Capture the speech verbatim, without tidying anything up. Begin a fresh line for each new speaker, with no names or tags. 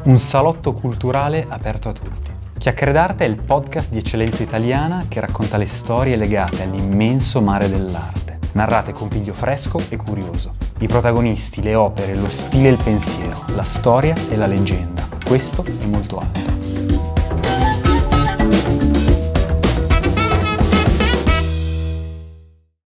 Un salotto culturale aperto a tutti. Chiacchiere d'Arte è il podcast di eccellenza italiana che racconta le storie legate all'immenso mare dell'arte, narrate con piglio fresco e curioso. I protagonisti, le opere, lo stile e il pensiero, la storia e la leggenda. Questo e molto altro.